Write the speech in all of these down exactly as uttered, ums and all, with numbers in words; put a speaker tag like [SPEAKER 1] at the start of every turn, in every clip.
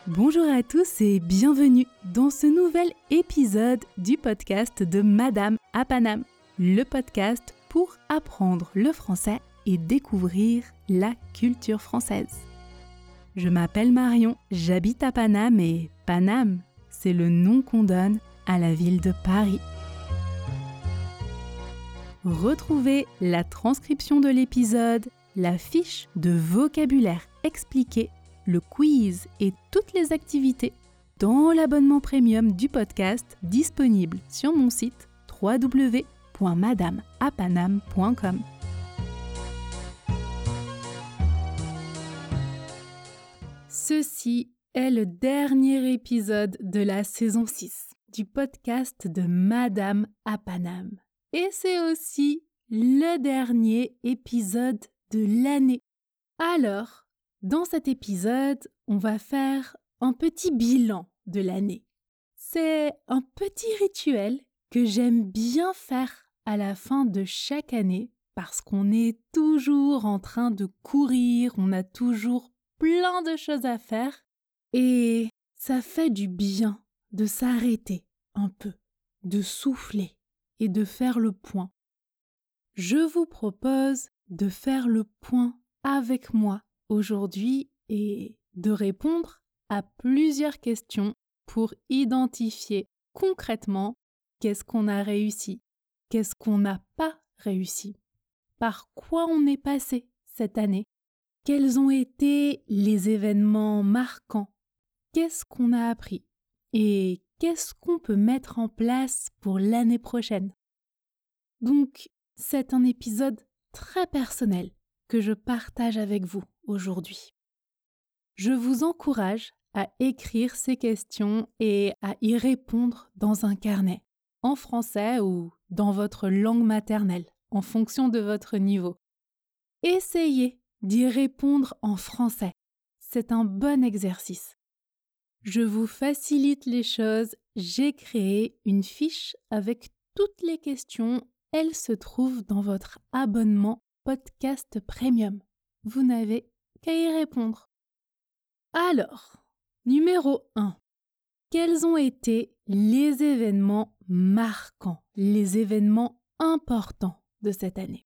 [SPEAKER 1] Bonjour à tous et bienvenue dans ce nouvel épisode du podcast de Madame à Paname, le podcast pour apprendre le français et découvrir la culture française. Je m'appelle Marion, j'habite à Paname et Paname, c'est le nom qu'on donne à la ville de Paris. Retrouvez la transcription de l'épisode, la fiche de vocabulaire expliquée, le quiz et toutes les activités dans l'abonnement premium du podcast disponible sur mon site w w w point madame à paname point com. Ceci est le dernier épisode de la saison six du podcast de Madame à Paname. Et c'est aussi le dernier épisode de l'année. Alors, dans cet épisode, on va faire un petit bilan de l'année. C'est un petit rituel que j'aime bien faire à la fin de chaque année parce qu'on est toujours en train de courir, on a toujours plein de choses à faire et ça fait du bien de s'arrêter un peu, de souffler et de faire le point. Je vous propose de faire le point avec moi aujourd'hui et de répondre à plusieurs questions pour identifier concrètement qu'est-ce qu'on a réussi, qu'est-ce qu'on n'a pas réussi, par quoi on est passé cette année, quels ont été les événements marquants, qu'est-ce qu'on a appris et qu'est-ce qu'on peut mettre en place pour l'année prochaine. Donc, c'est un épisode très personnel que je partage avec vous aujourd'hui. Je vous encourage à écrire ces questions et à y répondre dans un carnet, en français ou dans votre langue maternelle, en fonction de votre niveau. Essayez d'y répondre en français. C'est un bon exercice. Je vous facilite les choses. J'ai créé une fiche avec toutes les questions. Elle se trouve dans votre abonnement podcast premium. Vous n'avez qu'à y répondre. Alors, numéro un. Quels ont été les événements marquants, les événements importants de cette année?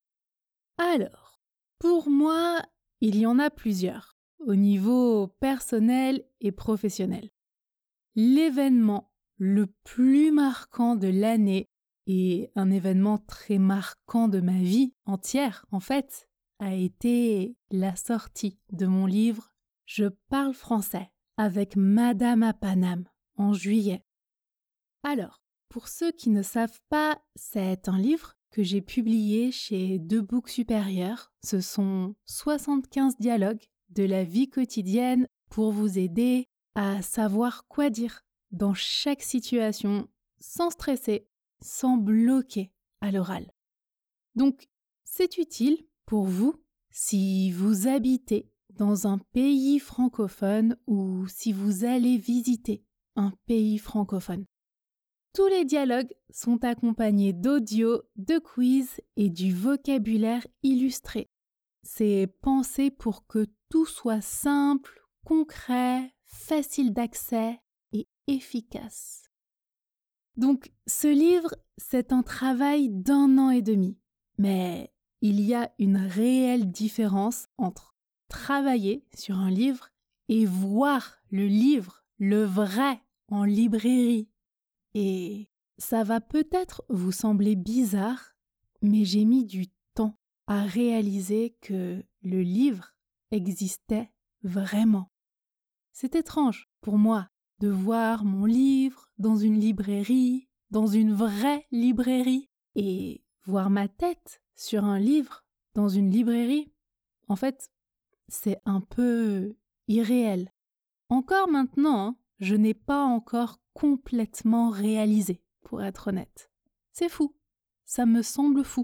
[SPEAKER 1] Alors, pour moi, il y en a plusieurs, au niveau personnel et professionnel. L'événement le plus marquant de l'année et un événement très marquant de ma vie entière, en fait, a été la sortie de mon livre « Je parle français » avec Madame à Paname en juillet. Alors, pour ceux qui ne savent pas, c'est un livre que j'ai publié chez Deux Books Supérieurs. Ce sont soixante-quinze dialogues de la vie quotidienne pour vous aider à savoir quoi dire dans chaque situation sans stresser, sans bloquer à l'oral. Donc, c'est utile pour vous si vous habitez dans un pays francophone ou si vous allez visiter un pays francophone. Tous les dialogues sont accompagnés d'audio, de quiz et du vocabulaire illustré. C'est pensé pour que tout soit simple, concret, facile d'accès et efficace. Donc, ce livre, c'est un travail d'un an et demi. Mais il y a une réelle différence entre travailler sur un livre et voir le livre, le vrai, en librairie. Et ça va peut-être vous sembler bizarre, mais j'ai mis du temps à réaliser que le livre existait vraiment. C'est étrange pour moi de voir mon livre dans une librairie, dans une vraie librairie, et voir ma tête sur un livre dans une librairie. En fait, c'est un peu irréel. Encore maintenant, hein, je n'ai pas encore complètement réalisé, pour être honnête. C'est fou, ça me semble fou.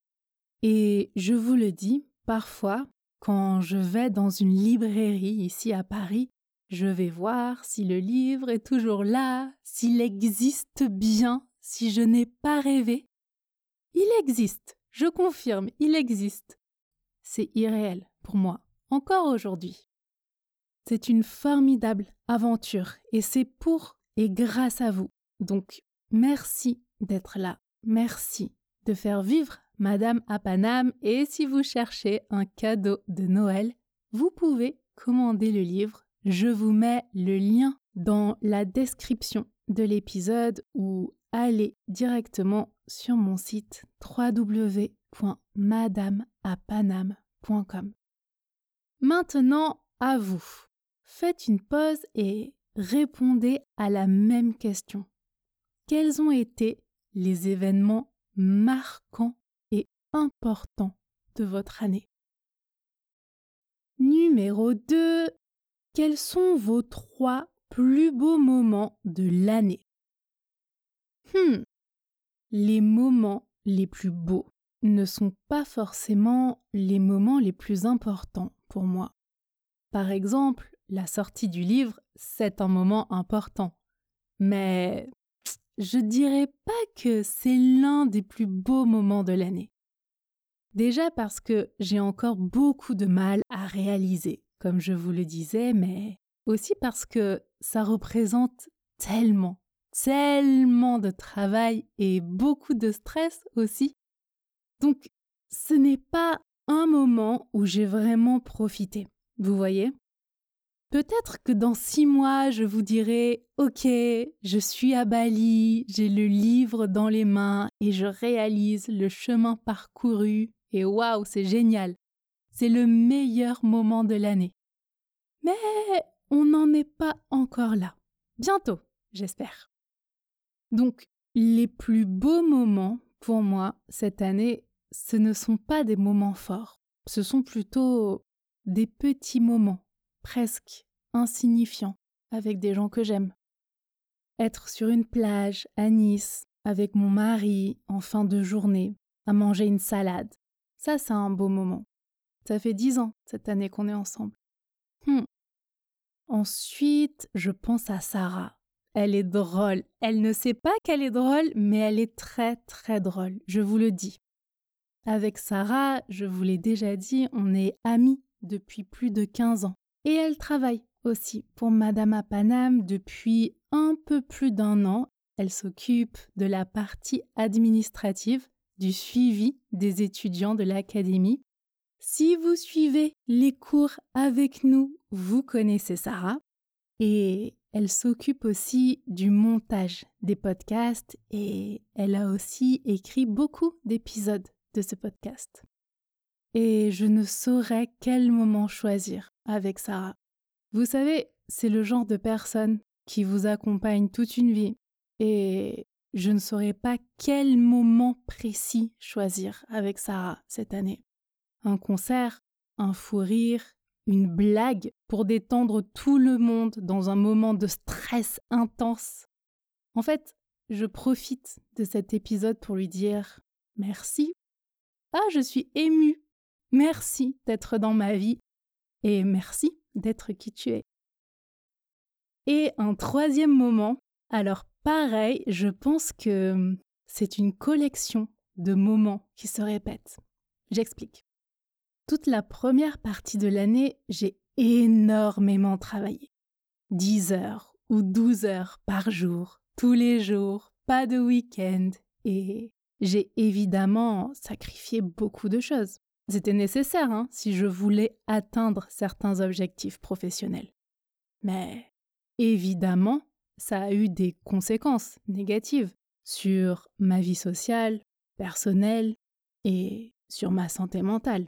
[SPEAKER 1] Et je vous le dis, parfois, quand je vais dans une librairie ici à Paris, je vais voir si le livre est toujours là, s'il existe bien, si je n'ai pas rêvé. Il existe, je confirme, il existe. C'est irréel pour moi, encore aujourd'hui. c'est une formidable aventure et c'est pour et grâce à vous. Donc, merci d'être là. Merci de faire vivre Madame à Paname. Et si vous cherchez un cadeau de Noël, vous pouvez commander le livre. Je vous mets le lien dans la description de l'épisode ou allez directement sur mon site w w w point madame à paname point com. Maintenant, à vous. Faites une pause et répondez à la même question. Quels ont été les événements marquants et importants de votre année? Numéro deux. Quels sont vos trois plus beaux moments de l'année? Hmm. Les moments les plus beaux ne sont pas forcément les moments les plus importants pour moi. Par exemple, la sortie du livre, c'est un moment important. Mais je dirais pas que c'est l'un des plus beaux moments de l'année. Déjà parce que j'ai encore beaucoup de mal à réaliser, comme je vous le disais, mais aussi parce que ça représente tellement, tellement de travail et beaucoup de stress aussi. Donc, ce n'est pas un moment où j'ai vraiment profité. Vous voyez? Peut-être que dans six mois, je vous dirai « Ok, je suis à Bali, j'ai le livre dans les mains et je réalise le chemin parcouru et waouh, c'est génial. C'est le meilleur moment de l'année. » Mais on n'en est pas encore là. Bientôt, j'espère. Donc, les plus beaux moments pour moi cette année, ce ne sont pas des moments forts. Ce sont plutôt des petits moments, presque insignifiants, avec des gens que j'aime. Être sur une plage à Nice, avec mon mari, en fin de journée, à manger une salade. Ça, c'est un beau moment. Ça fait dix ans cette année qu'on est ensemble. Hmm. Ensuite, je pense à Sarah. Elle est drôle. Elle ne sait pas qu'elle est drôle, mais elle est très très drôle, je vous le dis. Avec Sarah, je vous l'ai déjà dit, on est amis depuis plus de quinze ans. Et elle travaille aussi pour Madame à Paname depuis un peu plus d'un an. Elle s'occupe de la partie administrative, du suivi des étudiants de l'académie. Si vous suivez les cours avec nous, vous connaissez Sarah. Et elle s'occupe aussi du montage des podcasts et elle a aussi écrit beaucoup d'épisodes de ce podcast. Et je ne saurais quel moment choisir avec Sarah. Vous savez, c'est le genre de personne qui vous accompagne toute une vie et je ne saurais pas quel moment précis choisir avec Sarah cette année. Un concert, un fou rire, une blague pour détendre tout le monde dans un moment de stress intense. En fait, je profite de cet épisode pour lui dire merci. Ah, je suis émue. Merci d'être dans ma vie et merci d'être qui tu es. Et un troisième moment, alors pareil, je pense que c'est une collection de moments qui se répètent. J'explique. Toute la première partie de l'année, j'ai énormément travaillé. dix heures ou douze heures par jour, tous les jours, pas de week-end. Et j'ai évidemment sacrifié beaucoup de choses. C'était nécessaire hein, si je voulais atteindre certains objectifs professionnels. Mais évidemment, ça a eu des conséquences négatives sur ma vie sociale, personnelle et sur ma santé mentale.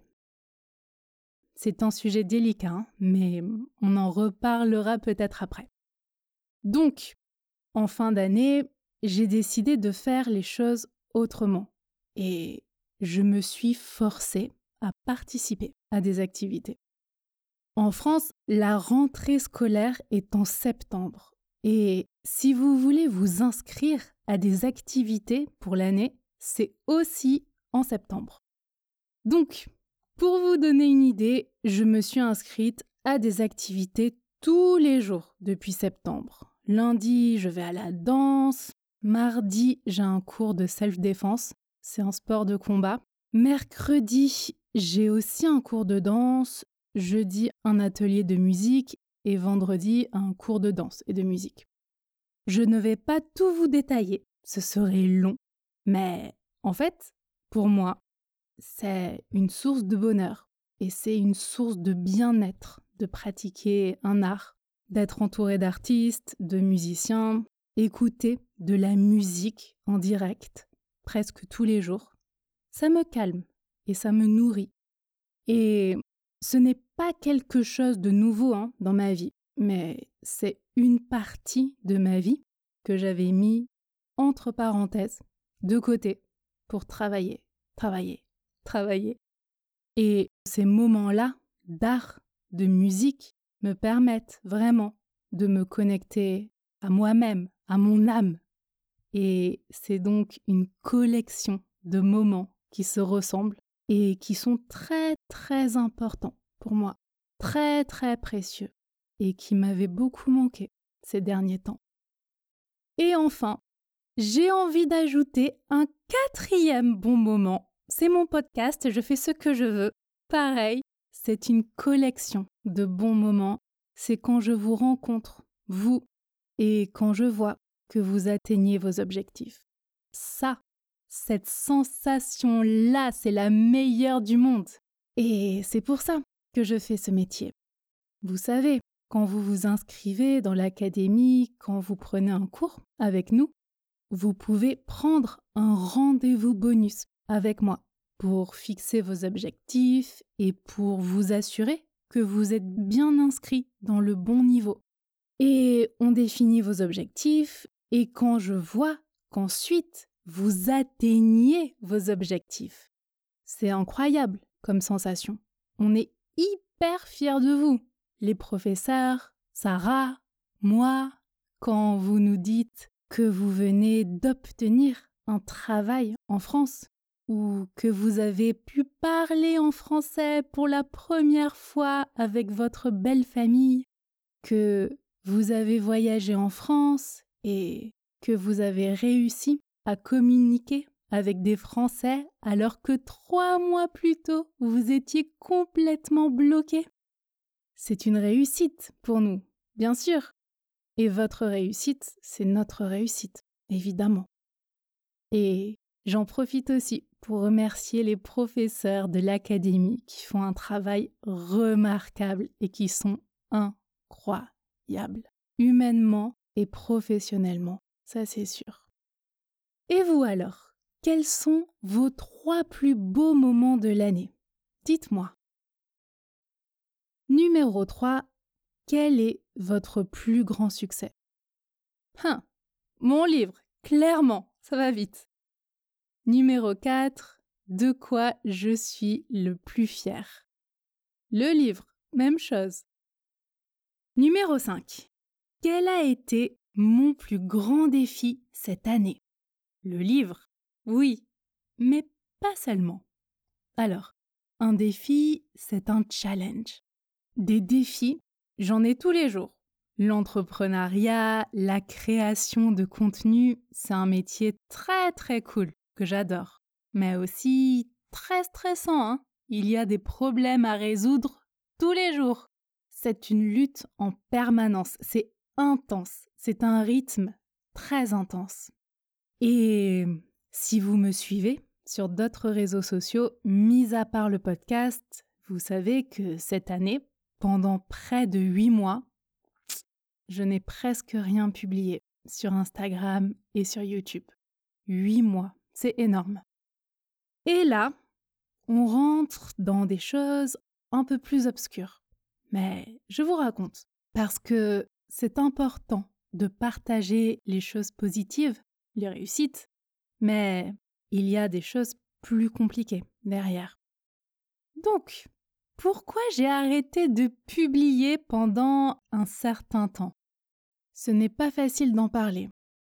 [SPEAKER 1] C'est un sujet délicat, hein, mais on en reparlera peut-être après. Donc, en fin d'année, j'ai décidé de faire les choses autrement et je me suis forcée à participer à des activités. En France, la rentrée scolaire est en septembre et si vous voulez vous inscrire à des activités pour l'année, c'est aussi en septembre. Donc, pour vous donner une idée, je me suis inscrite à des activités tous les jours depuis septembre. Lundi, je vais à la danse. Mardi, j'ai un cours de self-défense. C'est un sport de combat. Mercredi, j'ai aussi un cours de danse. Jeudi, un atelier de musique. et vendredi un cours de danse et de musique. Je ne vais pas tout vous détailler, ce serait long, mais en fait, pour moi, c'est une source de bonheur et c'est une source de bien-être de pratiquer un art, d'être entouré d'artistes, de musiciens, écouter de la musique en direct presque tous les jours. Ça me calme et ça me nourrit. Et ce n'est pas quelque chose de nouveau hein, dans ma vie, mais c'est une partie de ma vie que j'avais mis entre parenthèses, de côté, pour travailler, travailler, travailler. Et ces moments-là d'art, de musique, me permettent vraiment de me connecter à moi-même, à mon âme. Et c'est donc une collection de moments qui se ressemblent et qui sont très très importants pour moi, très très précieux et qui m'avaient beaucoup manqué ces derniers temps. Et enfin, j'ai envie d'ajouter un quatrième bon moment. C'est mon podcast, je fais ce que je veux. Pareil, c'est une collection de bons moments. C'est quand je vous rencontre, vous, et quand je vois que vous atteignez vos objectifs. Ça, cette sensation-là, c'est la meilleure du monde. Et c'est pour ça que je fais ce métier. Vous savez, quand vous vous inscrivez dans l'académie, quand vous prenez un cours avec nous, vous pouvez prendre un rendez-vous bonus avec moi pour fixer vos objectifs et pour vous assurer que vous êtes bien inscrit dans le bon niveau. Et on définit vos objectifs et quand je vois qu'ensuite vous atteignez vos objectifs, c'est incroyable comme sensation. On est hyper fiers de vous, les professeurs, Sarah, moi, quand vous nous dites que vous venez d'obtenir un travail en France ou que vous avez pu parler en français pour la première fois avec votre belle famille, que vous avez voyagé en France et que vous avez réussi à communiquer avec des Français alors que trois mois plus tôt, vous étiez complètement bloqué. C'est une réussite pour nous, bien sûr. Et votre réussite, c'est notre réussite, évidemment. Et j'en profite aussi pour remercier les professeurs de l'académie qui font un travail remarquable et qui sont incroyables, humainement et professionnellement, ça c'est sûr. Et vous alors, quels sont vos trois plus beaux moments de l'année? Dites-moi. Numéro trois, quel est votre plus grand succès? Hein, mon livre, clairement, ça va vite. Numéro quatre, de quoi je suis le plus fière? Le livre, même chose. Numéro cinq, quel a été mon plus grand défi cette année? Le livre, oui, mais pas seulement. Alors, un défi, c'est un challenge. Des défis, j'en ai tous les jours. L'entrepreneuriat, la création de contenu, c'est un métier très très cool que j'adore. Mais aussi très stressant, hein. Il y a des problèmes à résoudre tous les jours. C'est une lutte en permanence, c'est intense, c'est un rythme très intense. Et si vous me suivez sur d'autres réseaux sociaux, mis à part le podcast, vous savez que cette année, pendant près de huit mois, je n'ai presque rien publié sur Instagram et sur YouTube. Huit mois, c'est énorme. Et là, on rentre dans des choses un peu plus obscures. Mais je vous raconte, parce que c'est important de partager les choses positives, les réussites, mais il y a des choses plus compliquées derrière. Donc, pourquoi j'ai arrêté de publier pendant un certain temps? Ce n'est pas facile d'en parler.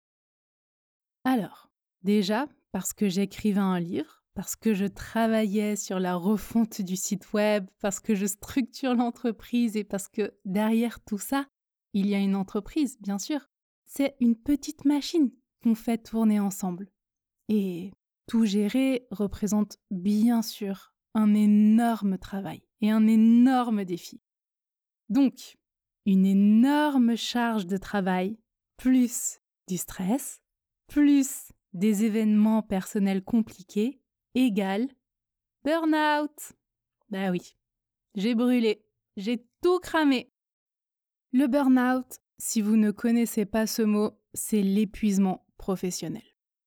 [SPEAKER 1] Alors, déjà, parce que j'écrivais un livre, parce que je travaillais sur la refonte du site web, parce que je structure l'entreprise et parce que derrière tout ça, il y a une entreprise, bien sûr. C'est une petite machine qu'on fait tourner ensemble. Et tout gérer représente bien sûr un énorme travail et un énorme défi. Donc, une énorme charge de travail, plus du stress, plus des événements personnels compliqués, égale burn-out. Bah oui, j'ai brûlé, j'ai tout cramé. Le burn-out, si vous ne connaissez pas ce mot, c'est l'épuisement professionnel.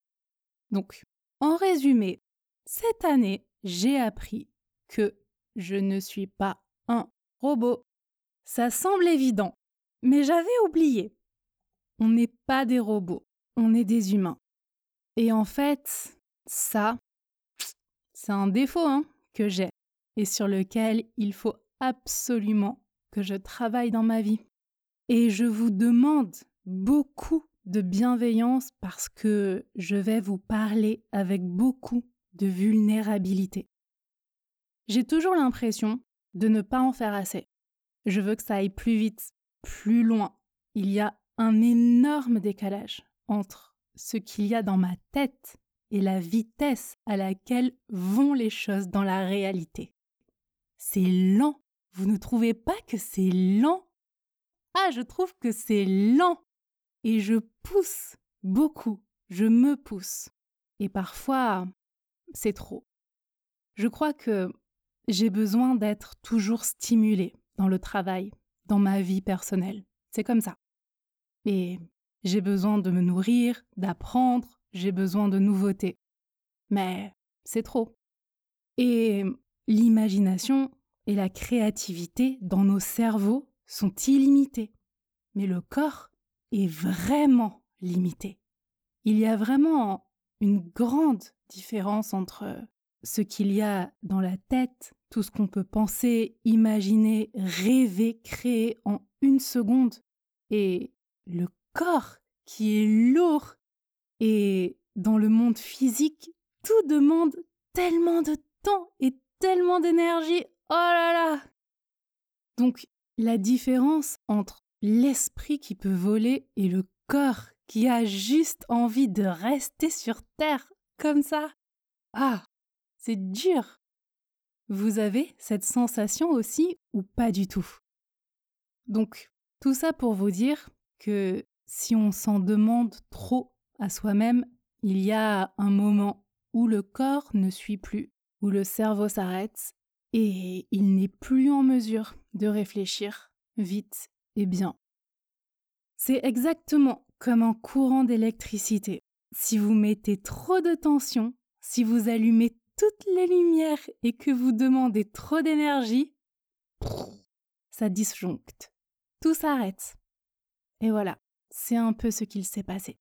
[SPEAKER 1] Donc, en résumé, cette année, j'ai appris que je ne suis pas un robot. Ça semble évident, mais j'avais oublié. On n'est pas des robots, on est des humains. Et en fait, ça, c'est un défaut hein, que j'ai et sur lequel il faut absolument que je travaille dans ma vie. Et je vous demande beaucoup de bienveillance parce que je vais vous parler avec beaucoup de vulnérabilité. J'ai toujours l'impression de ne pas en faire assez. Je veux que ça aille plus vite, plus loin. Il y a un énorme décalage entre ce qu'il y a dans ma tête et la vitesse à laquelle vont les choses dans la réalité. C'est lent. Vous ne trouvez pas que c'est lent ? Ah, je trouve que c'est lent. Et je pousse beaucoup. Je me pousse. Et parfois, c'est trop. Je crois que j'ai besoin d'être toujours stimulée dans le travail, dans ma vie personnelle. C'est comme ça. Et j'ai besoin de me nourrir, d'apprendre, j'ai besoin de nouveautés. Mais c'est trop. Et l'imagination et la créativité dans nos cerveaux sont illimitées. Mais le corps est vraiment limité. Il y a vraiment une grande différence entre ce qu'il y a dans la tête, tout ce qu'on peut penser, imaginer, rêver, créer en une seconde, et le corps qui est lourd. Et dans le monde physique, tout demande tellement de temps et tellement d'énergie. Oh là là! Donc, la différence entre l'esprit qui peut voler et le corps qui a juste envie de rester sur Terre, comme ça. Ah, c'est dur. Vous avez cette sensation aussi ou pas du tout? Donc, tout ça pour vous dire que si on s'en demande trop à soi-même, il y a un moment où le corps ne suit plus, où le cerveau s'arrête et il n'est plus en mesure de réfléchir vite et bien. C'est exactement comme un courant d'électricité. Si vous mettez trop de tension, si vous allumez toutes les lumières et que vous demandez trop d'énergie, ça disjoncte. Tout s'arrête. Et voilà, c'est un peu ce qu'il s'est passé.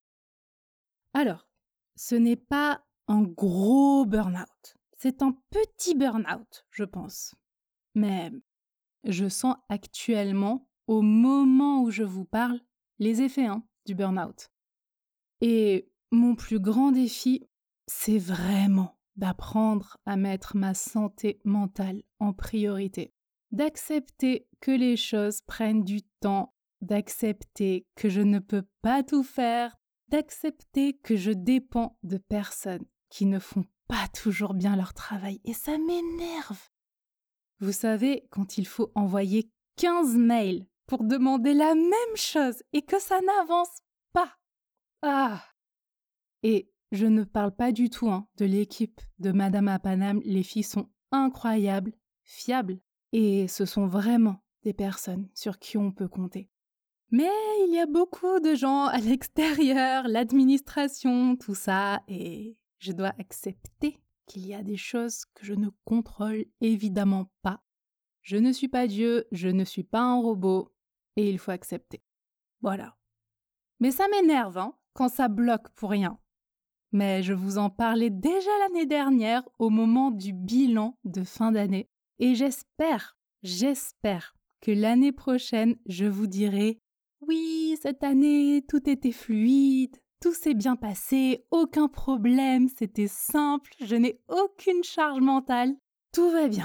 [SPEAKER 1] Alors, ce n'est pas un gros burn-out. C'est un petit burn-out, je pense. Mais je sens actuellement, au moment où je vous parle, les effets hein, du burn-out. Et mon plus grand défi, c'est vraiment d'apprendre à mettre ma santé mentale en priorité. D'accepter que les choses prennent du temps, d'accepter que je ne peux pas tout faire, d'accepter que je dépends de personnes qui ne font pas toujours bien leur travail. Et ça m'énerve. Vous savez, quand il faut envoyer quinze mails pour demander la même chose et que ça n'avance pas. Ah! Et je ne parle pas du tout hein, de l'équipe de Madame Apanam. Les filles sont incroyables, fiables. Et ce sont vraiment des personnes sur qui on peut compter. Mais il y a beaucoup de gens à l'extérieur, l'administration, tout ça, et je dois accepter qu'il y a des choses que je ne contrôle évidemment pas. Je ne suis pas Dieu, je ne suis pas un robot, et il faut accepter. Voilà. Mais ça m'énerve, hein, quand ça bloque pour rien. Mais je vous en parlais déjà l'année dernière au moment du bilan de fin d'année. Et j'espère, j'espère que l'année prochaine, je vous dirai « Oui, cette année, tout était fluide, tout s'est bien passé, aucun problème, c'était simple, je n'ai aucune charge mentale, tout va bien. »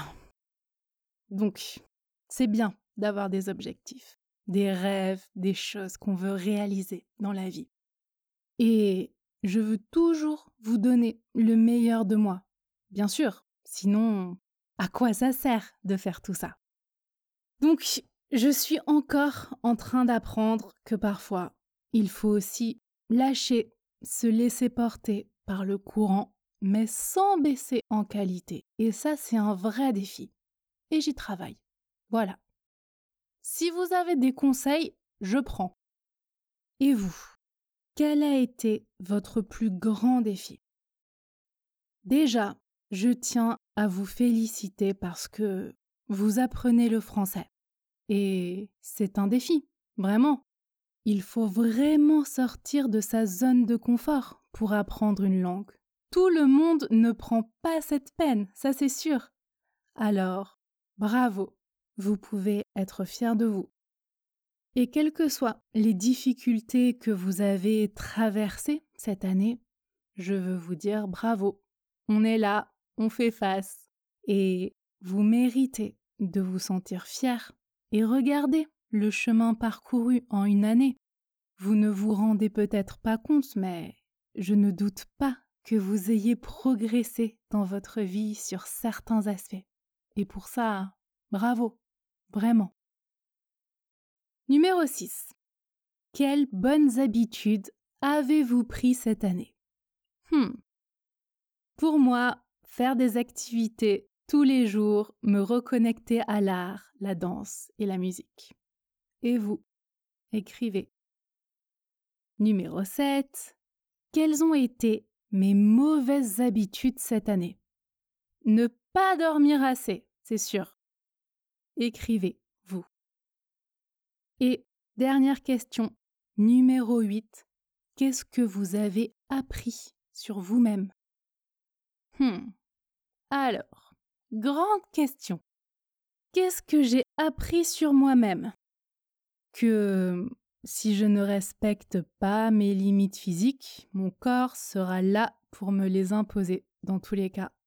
[SPEAKER 1] Donc, c'est bien d'avoir des objectifs, des rêves, des choses qu'on veut réaliser dans la vie. Et je veux toujours vous donner le meilleur de moi. Bien sûr, sinon, à quoi ça sert de faire tout ça? Donc, Je suis encore en train d'apprendre que parfois, il faut aussi lâcher, se laisser porter par le courant, mais sans baisser en qualité. Et ça, c'est un vrai défi. Et j'y travaille. Voilà. Si vous avez des conseils, je prends. Et vous, quel a été votre plus grand défi? Déjà, je tiens à vous féliciter parce que vous apprenez le français. Et c'est un défi, vraiment. Il faut vraiment sortir de sa zone de confort pour apprendre une langue. Tout le monde ne prend pas cette peine, ça c'est sûr. Alors, bravo, vous pouvez être fiers de vous. Et quelles que soient les difficultés que vous avez traversées cette année, je veux vous dire bravo. On est là, on fait face. Et vous méritez de vous sentir fiers. Et regardez le chemin parcouru en une année. Vous ne vous rendez peut-être pas compte, mais je ne doute pas que vous ayez progressé dans votre vie sur certains aspects. Et pour ça, bravo, vraiment. Numéro six. Quelles bonnes habitudes avez-vous pris cette année? Hmm. Pour moi, faire des activités tous les jours, me reconnecter à l'art, la danse et la musique. Et vous? Écrivez. Numéro sept. Quelles ont été mes mauvaises habitudes cette année? Ne pas dormir assez, c'est sûr. Écrivez, vous. Et dernière question, numéro huit. Qu'est-ce que vous avez appris sur vous-même? Hmm. Alors, grande question. Qu'est-ce que j'ai appris sur moi-même? Que si je ne respecte pas mes limites physiques, mon corps sera là pour me les imposer dans tous les cas.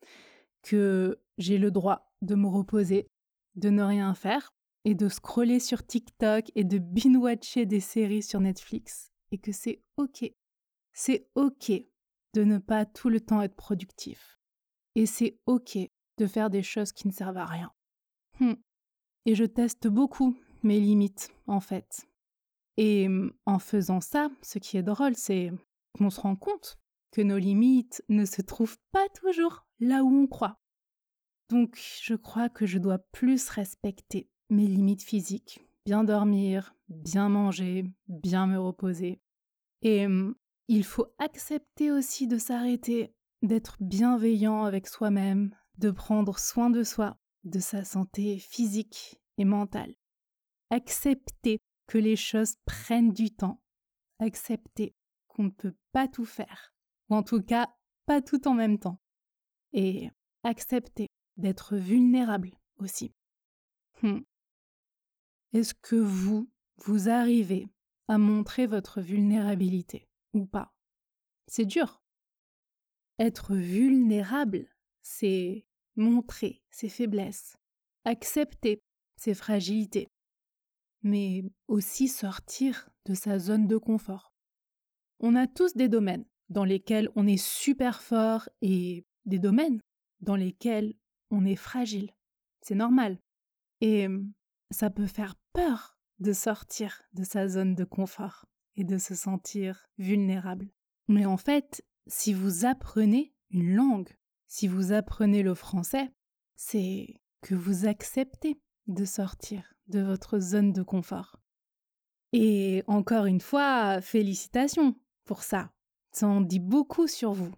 [SPEAKER 1] Que j'ai le droit de me reposer, de ne rien faire et de scroller sur TikTok et de binge-watcher des séries sur Netflix. Et que c'est ok. C'est ok de ne pas tout le temps être productif. Et c'est ok de faire des choses qui ne servent à rien. Hmm. Et je teste beaucoup mes limites, en fait. Et en faisant ça, ce qui est drôle, c'est qu'on se rend compte que nos limites ne se trouvent pas toujours là où on croit. Donc, je crois que je dois plus respecter mes limites physiques, bien dormir, bien manger, bien me reposer. Et il faut accepter aussi de s'arrêter, d'être bienveillant avec soi-même, de prendre soin de soi, de sa santé physique et mentale. Accepter que les choses prennent du temps. Accepter qu'on ne peut pas tout faire, ou en tout cas pas tout en même temps. Et accepter d'être vulnérable aussi. Hmm. Est-ce que vous, vous arrivez à montrer votre vulnérabilité ou pas? C'est dur. Être vulnérable, c'est montrer ses faiblesses, accepter ses fragilités, mais aussi sortir de sa zone de confort. On a tous des domaines dans lesquels on est super fort et des domaines dans lesquels on est fragile. C'est normal. Et ça peut faire peur de sortir de sa zone de confort et de se sentir vulnérable. Mais en fait, si vous apprenez une langue, si vous apprenez le français, c'est que vous acceptez de sortir de votre zone de confort. Et encore une fois, félicitations pour ça. Ça en dit beaucoup sur vous.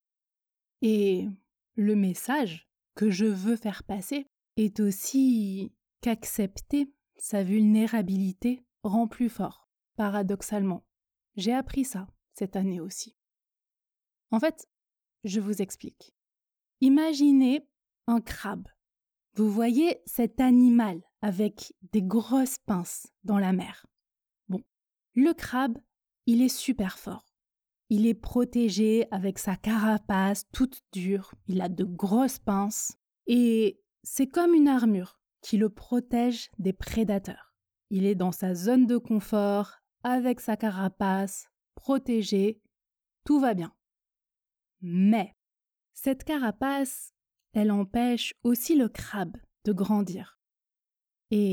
[SPEAKER 1] Et le message que je veux faire passer est aussi qu'accepter sa vulnérabilité rend plus fort, paradoxalement. J'ai appris ça cette année aussi. En fait, je vous explique. Imaginez un crabe. Vous voyez cet animal avec des grosses pinces dans la mer. Bon, le crabe, il est super fort. Il est protégé avec sa carapace toute dure. Il a de grosses pinces. Et c'est comme une armure qui le protège des prédateurs. Il est dans sa zone de confort, avec sa carapace, protégé. Tout va bien. Mais cette carapace, elle empêche aussi le crabe de grandir. Et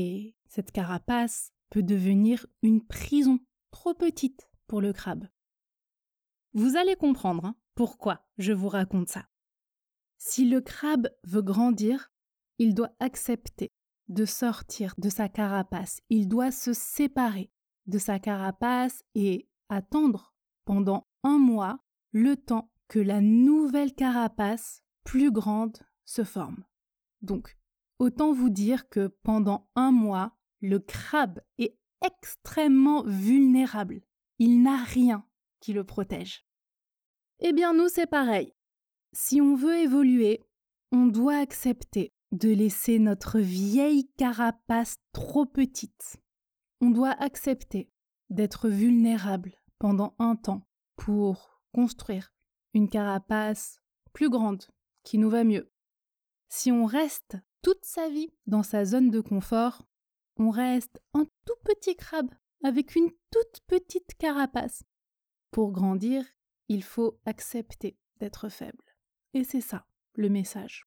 [SPEAKER 1] cette carapace peut devenir une prison trop petite pour le crabe. Vous allez comprendre hein, pourquoi je vous raconte ça. Si le crabe veut grandir, il doit accepter de sortir de sa carapace. Il doit se séparer de sa carapace et attendre pendant un mois le temps que la nouvelle carapace plus grande se forme. Donc, autant vous dire que pendant un mois, le crabe est extrêmement vulnérable. Il n'a rien qui le protège. Eh bien, nous, c'est pareil. Si on veut évoluer, on doit accepter de laisser notre vieille carapace trop petite. On doit accepter d'être vulnérable pendant un temps pour construire une carapace plus grande, qui nous va mieux. Si on reste toute sa vie dans sa zone de confort, on reste un tout petit crabe avec une toute petite carapace. Pour grandir, il faut accepter d'être faible. Et c'est ça, le message.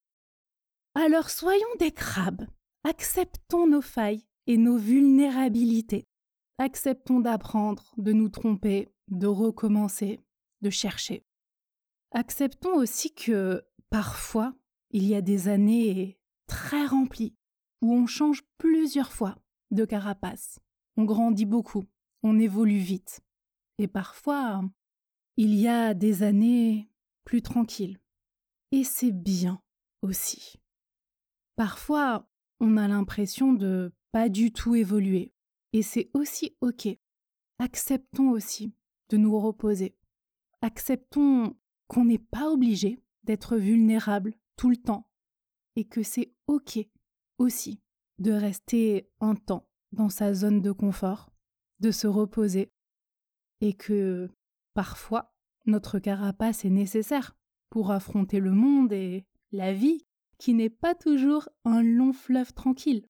[SPEAKER 1] Alors soyons des crabes, acceptons nos failles et nos vulnérabilités. Acceptons d'apprendre, de nous tromper, de recommencer, de chercher. Acceptons aussi que, parfois, il y a des années très remplies où on change plusieurs fois de carapace. On grandit beaucoup, on évolue vite. Et parfois, il y a des années plus tranquilles. Et c'est bien aussi. Parfois, on a l'impression de pas du tout évoluer. Et c'est aussi OK. Acceptons aussi de nous reposer. Acceptons qu'on n'est pas obligé d'être vulnérable tout le temps. Et que c'est OK aussi de rester un temps dans sa zone de confort, de se reposer. Et que parfois, notre carapace est nécessaire pour affronter le monde et la vie qui n'est pas toujours un long fleuve tranquille.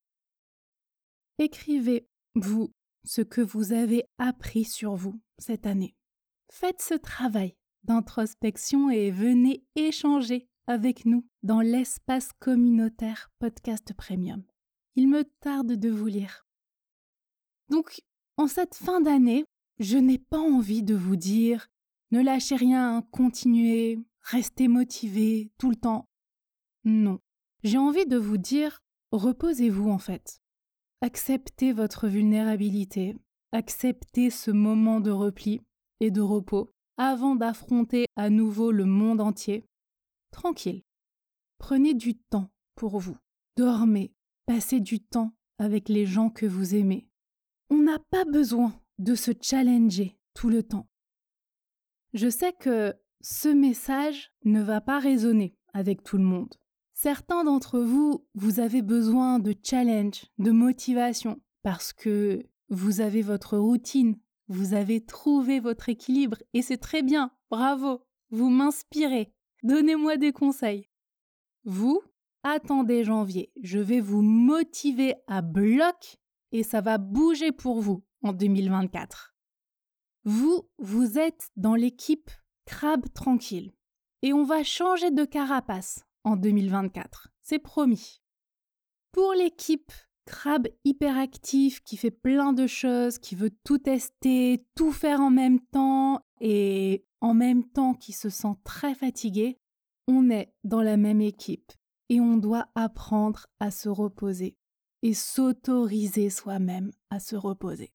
[SPEAKER 1] Écrivez, vous, ce que vous avez appris sur vous cette année. Faites ce travail d'introspection et venez échanger avec nous dans l'espace communautaire Podcast Premium. Il me tarde de vous lire. Donc, en cette fin d'année, je n'ai pas envie de vous dire « ne lâchez rien, continuez, restez motivés tout le temps ». Non, j'ai envie de vous dire « reposez-vous en fait ». Acceptez votre vulnérabilité, acceptez ce moment de repli et de repos avant d'affronter à nouveau le monde entier. Tranquille, prenez du temps pour vous, dormez, passez du temps avec les gens que vous aimez. On n'a pas besoin de se challenger tout le temps. Je sais que ce message ne va pas résonner avec tout le monde. Certains d'entre vous, vous avez besoin de challenge, de motivation, parce que vous avez votre routine, vous avez trouvé votre équilibre, et c'est très bien, bravo, vous m'inspirez, donnez-moi des conseils. Vous, attendez janvier, je vais vous motiver à bloc, et ça va bouger pour vous en deux mille vingt-quatre. Vous, vous êtes dans l'équipe Crabe Tranquille, et on va changer de carapace en deux mille vingt-quatre, c'est promis. Pour l'équipe Crabe hyperactif qui fait plein de choses, qui veut tout tester, tout faire en même temps et en même temps qui se sent très fatigué, on est dans la même équipe et on doit apprendre à se reposer et s'autoriser soi-même à se reposer.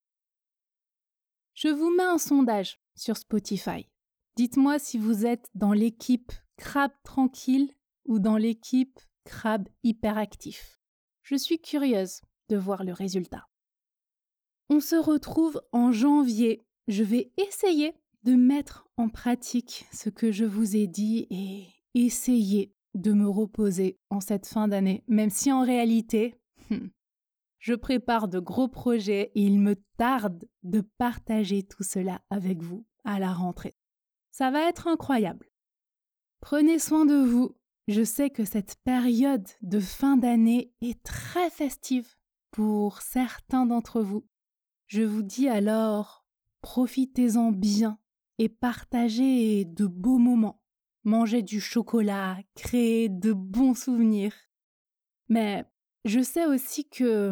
[SPEAKER 1] Je vous mets un sondage sur Spotify. Dites-moi si vous êtes dans l'équipe Crabe Tranquille ou dans l'équipe Crabe hyperactif. Je suis curieuse de voir le résultat. On se retrouve en janvier. Je vais essayer de mettre en pratique ce que je vous ai dit et essayer de me reposer en cette fin d'année, même si en réalité, je prépare de gros projets et il me tarde de partager tout cela avec vous à la rentrée. Ça va être incroyable. Prenez soin de vous. Je sais que cette période de fin d'année est très festive pour certains d'entre vous. Je vous dis alors, profitez-en bien et partagez de beaux moments. Mangez du chocolat, créez de bons souvenirs. Mais je sais aussi que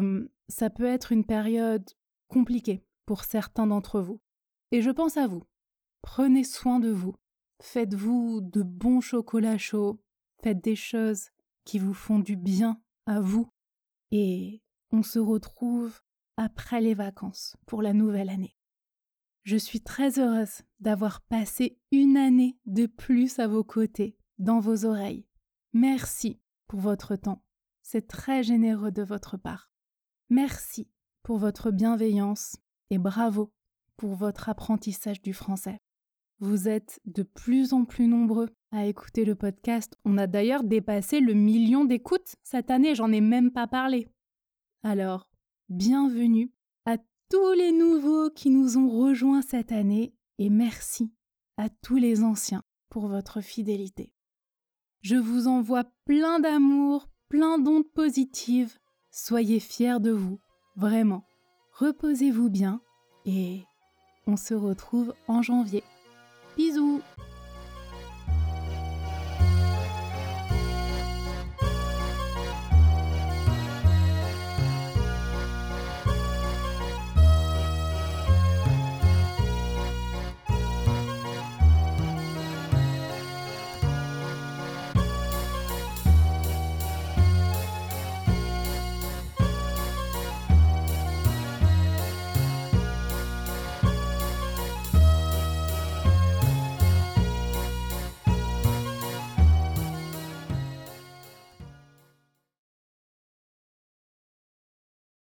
[SPEAKER 1] ça peut être une période compliquée pour certains d'entre vous. Et je pense à vous. Prenez soin de vous. Faites-vous de bons chocolats chauds. Faites des choses qui vous font du bien à vous. Et on se retrouve après les vacances pour la nouvelle année. Je suis très heureuse d'avoir passé une année de plus à vos côtés, dans vos oreilles. Merci pour votre temps. C'est très généreux de votre part. Merci pour votre bienveillance et bravo pour votre apprentissage du français. Vous êtes de plus en plus nombreux à écouter le podcast. On a d'ailleurs dépassé le million d'écoutes cette année, j'en ai même pas parlé. Alors, bienvenue à tous les nouveaux qui nous ont rejoints cette année et merci à tous les anciens pour votre fidélité. Je vous envoie plein d'amour, plein d'ondes positives. Soyez fiers de vous, vraiment. Reposez-vous bien et on se retrouve en janvier. Bisous!